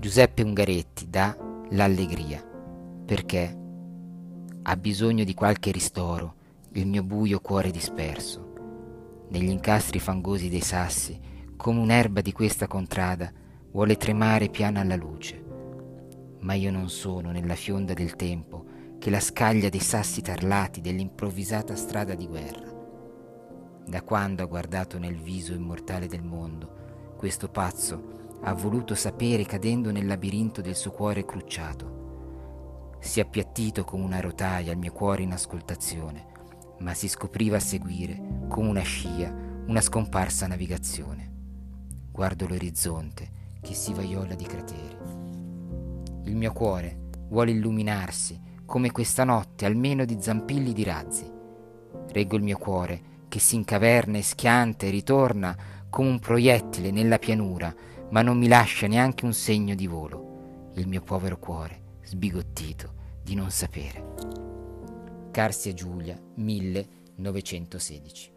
Giuseppe Ungaretti dà l'allegria, perché ha bisogno di qualche ristoro il mio buio cuore disperso. Negli incastri fangosi dei sassi, come un'erba di questa contrada, vuole tremare piana alla luce. Ma io non sono nella fionda del tempo che la scaglia dei sassi tarlati dell'improvvisata strada di guerra. Da quando ha guardato nel viso immortale del mondo, questo pazzo ha voluto sapere cadendo nel labirinto del suo cuore crucciato. Si è appiattito come una rotaia il mio cuore in ascoltazione, ma si scopriva a seguire, come una scia, una scomparsa navigazione. Guardo l'orizzonte che si vaiola di crateri. Il mio cuore vuole illuminarsi, come questa notte, almeno di zampilli di razzi. Reggo il mio cuore che si incaverna e schianta e ritorna come un proiettile nella pianura, ma non mi lascia neanche un segno di volo. Il mio povero cuore, sbigottito di non sapere. Carsia Giulia, 1916.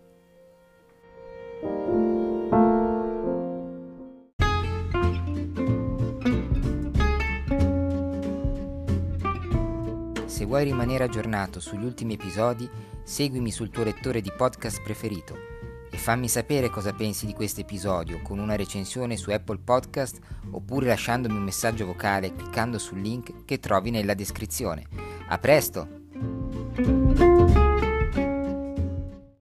Se vuoi rimanere aggiornato sugli ultimi episodi, seguimi sul tuo lettore di podcast preferito e fammi sapere cosa pensi di questo episodio con una recensione su Apple Podcast oppure lasciandomi un messaggio vocale cliccando sul link che trovi nella descrizione. A presto!